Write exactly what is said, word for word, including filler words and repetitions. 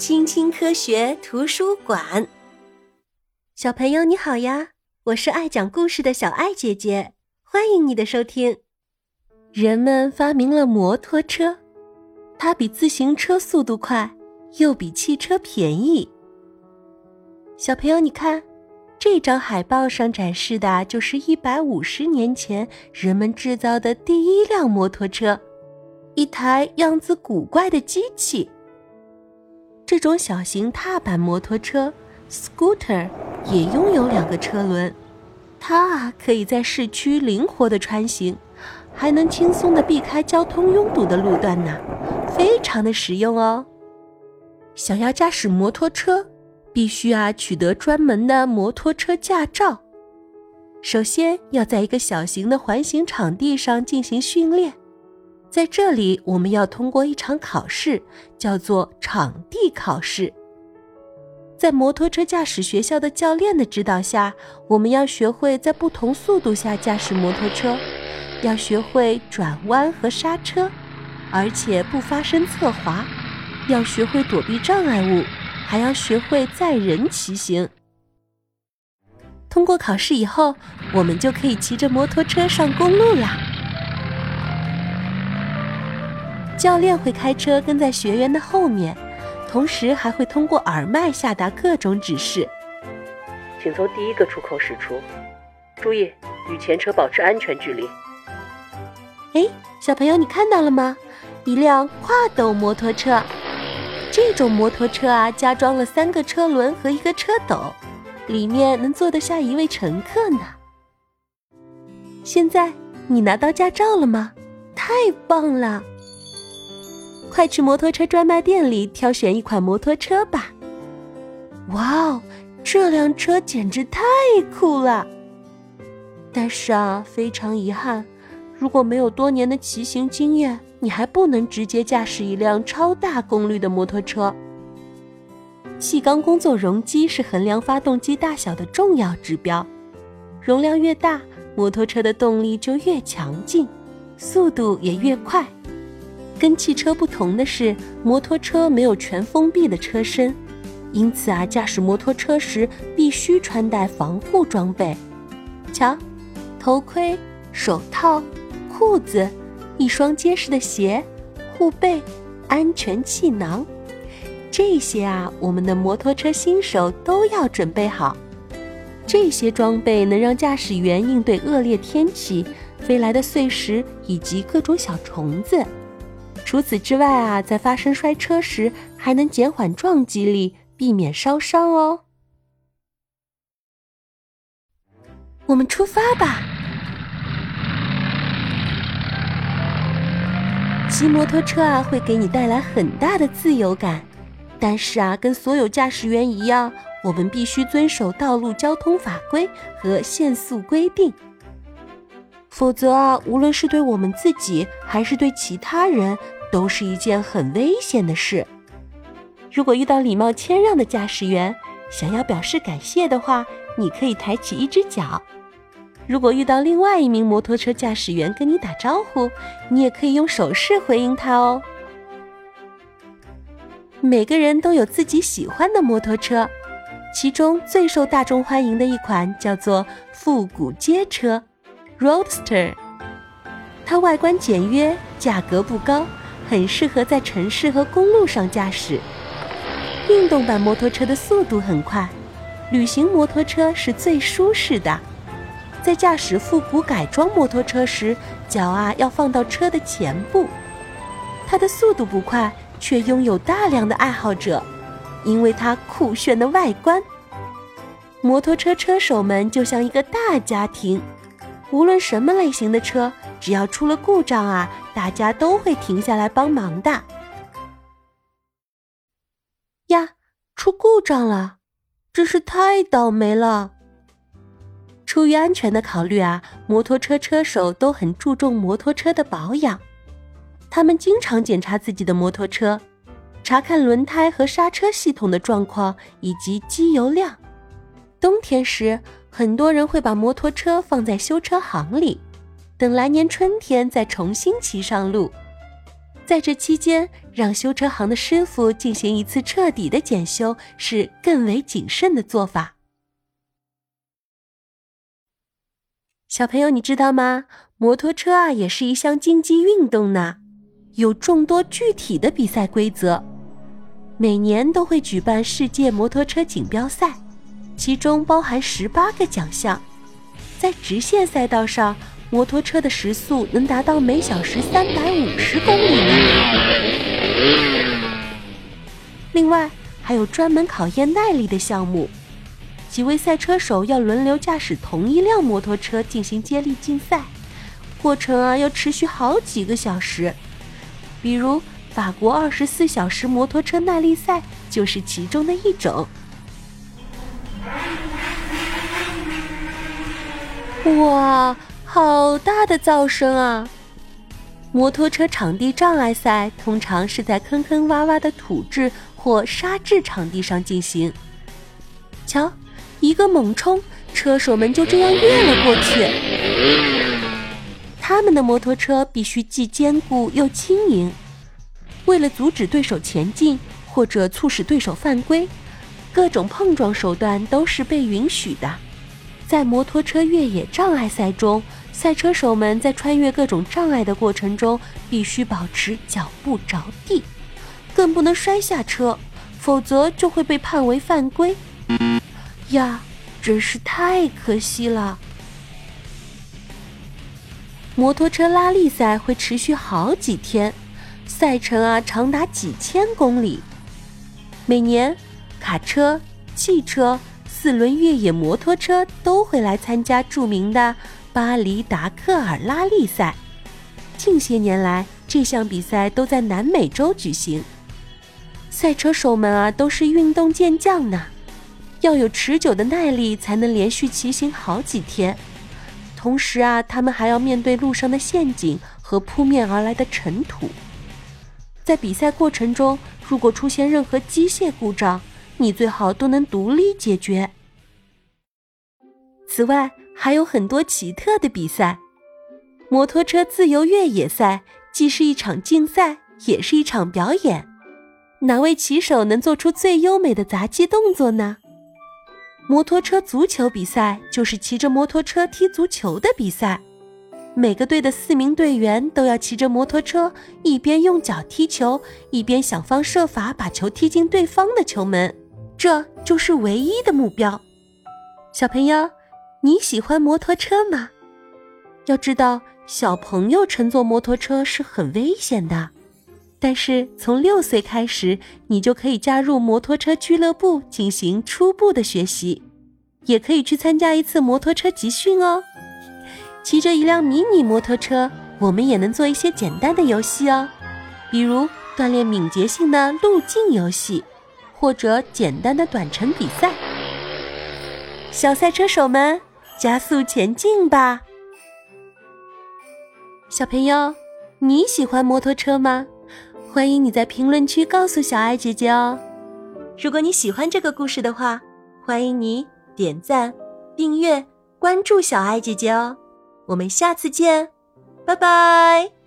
青青科学图书馆。小朋友你好呀，我是爱讲故事的小爱姐姐，欢迎你的收听。人们发明了摩托车，它比自行车速度快，又比汽车便宜。小朋友你看，这张海报上展示的就是一百五十年前人们制造的第一辆摩托车，一台样子古怪的机器。这种小型踏板摩托车 scooter 也拥有两个车轮，它啊可以在市区灵活地穿行，还能轻松地避开交通拥堵的路段呢，非常的实用哦。想要驾驶摩托车，必须啊取得专门的摩托车驾照。首先要在一个小型的环形场地上进行训练，在这里我们要通过一场考试，叫做场地考试。在摩托车驾驶学校的教练的指导下，我们要学会在不同速度下驾驶摩托车，要学会转弯和刹车，而且不发生侧滑，要学会躲避障碍物，还要学会载人骑行。通过考试以后，我们就可以骑着摩托车上公路啦。教练会开车跟在学员的后面，同时还会通过耳麦下达各种指示。 请从第一个出口驶出，注意与前车保持安全距离。 诶，小朋友你看到了吗？一辆跨斗摩托车。这种摩托车啊，加装了三个车轮和一个车斗，里面能坐得下一位乘客呢。现在你拿到驾照了吗？太棒了！快去摩托车专卖店里挑选一款摩托车吧。哇哦，这辆车简直太酷了！但是啊，非常遗憾，如果没有多年的骑行经验，你还不能直接驾驶一辆超大功率的摩托车。气缸工作容积是衡量发动机大小的重要指标，容量越大，摩托车的动力就越强劲，速度也越快。跟汽车不同的是，摩托车没有全封闭的车身，因此啊，驾驶摩托车时必须穿戴防护装备。瞧，头盔、手套、裤子，一双结实的鞋、护背、安全气囊，这些啊，我们的摩托车新手都要准备好。这些装备能让驾驶员应对恶劣天气、飞来的碎石以及各种小虫子。除此之外啊，在发生摔车时，还能减缓撞击力，避免烧伤哦。我们出发吧！骑摩托车啊，会给你带来很大的自由感，但是啊，跟所有驾驶员一样，我们必须遵守道路交通法规和限速规定。否则啊，无论是对我们自己还是对其他人，都是一件很危险的事。如果遇到礼貌谦让的驾驶员，想要表示感谢的话，你可以抬起一只脚。如果遇到另外一名摩托车驾驶员跟你打招呼，你也可以用手势回应他哦。每个人都有自己喜欢的摩托车，其中最受大众欢迎的一款叫做复古街车 Roadster， 它外观简约，价格不高，很适合在城市和公路上驾驶。运动版摩托车的速度很快，旅行摩托车是最舒适的。在驾驶复古改装摩托车时，脚啊要放到车的前部。它的速度不快，却拥有大量的爱好者，因为它酷炫的外观。摩托车车手们就像一个大家庭，无论什么类型的车，只要出了故障啊，大家都会停下来帮忙的。呀，出故障了，真是太倒霉了。出于安全的考虑啊，摩托车车手都很注重摩托车的保养。他们经常检查自己的摩托车，查看轮胎和刹车系统的状况以及机油量。冬天时，很多人会把摩托车放在修车行里，等来年春天再重新骑上路。 在这期间，让修车行的师傅进行一次彻底的检修是更为谨慎的做法。小朋友，你知道吗？摩托车啊，也是一项竞技运动呢，有众多具体的比赛规则。每年都会举办世界摩托车锦标赛，其中包含十八个奖项。在直线赛道上，摩托车的时速能达到每小时三百五十公里呢。另外，还有专门考验耐力的项目，几位赛车手要轮流驾驶同一辆摩托车进行接力竞赛，过程啊要持续好几个小时。比如法国二十四小时摩托车耐力赛就是其中的一种。哇，好大的噪声啊！摩托车场地障碍赛通常是在坑坑洼洼的土质或沙质场地上进行。瞧，一个猛冲，车手们就这样越了过去。他们的摩托车必须既坚固又轻盈。为了阻止对手前进或者促使对手犯规，各种碰撞手段都是被允许的。在摩托车越野障碍赛中，赛车手们在穿越各种障碍的过程中必须保持脚不着地，更不能摔下车，否则就会被判为犯规。呀，真是太可惜了。摩托车拉力赛会持续好几天，赛程啊长达几千公里。每年，卡车、汽车、四轮越野摩托车都会来参加著名的巴黎达克尔拉力赛。近些年来，这项比赛都在南美洲举行。赛车手们啊都是运动健将呢，要有持久的耐力才能连续骑行好几天。同时啊，他们还要面对路上的陷阱和扑面而来的尘土。在比赛过程中，如果出现任何机械故障，你最好都能独立解决。此外，还有很多奇特的比赛。摩托车自由越野赛既是一场竞赛，也是一场表演。哪位骑手能做出最优美的杂技动作呢？摩托车足球比赛就是骑着摩托车踢足球的比赛。每个队的四名队员都要骑着摩托车，一边用脚踢球，一边想方设法把球踢进对方的球门，这就是唯一的目标。小朋友，你喜欢摩托车吗？要知道，小朋友乘坐摩托车是很危险的，但是从六岁开始，你就可以加入摩托车俱乐部进行初步的学习，也可以去参加一次摩托车集训哦。骑着一辆迷你摩托车，我们也能做一些简单的游戏哦，比如锻炼敏捷性的路径游戏，或者简单的短程比赛。小赛车手们，加速前进吧！小朋友，你喜欢摩托车吗？欢迎你在评论区告诉小爱姐姐哦。如果你喜欢这个故事的话，欢迎你点赞、订阅、关注小爱姐姐哦。我们下次见，拜拜。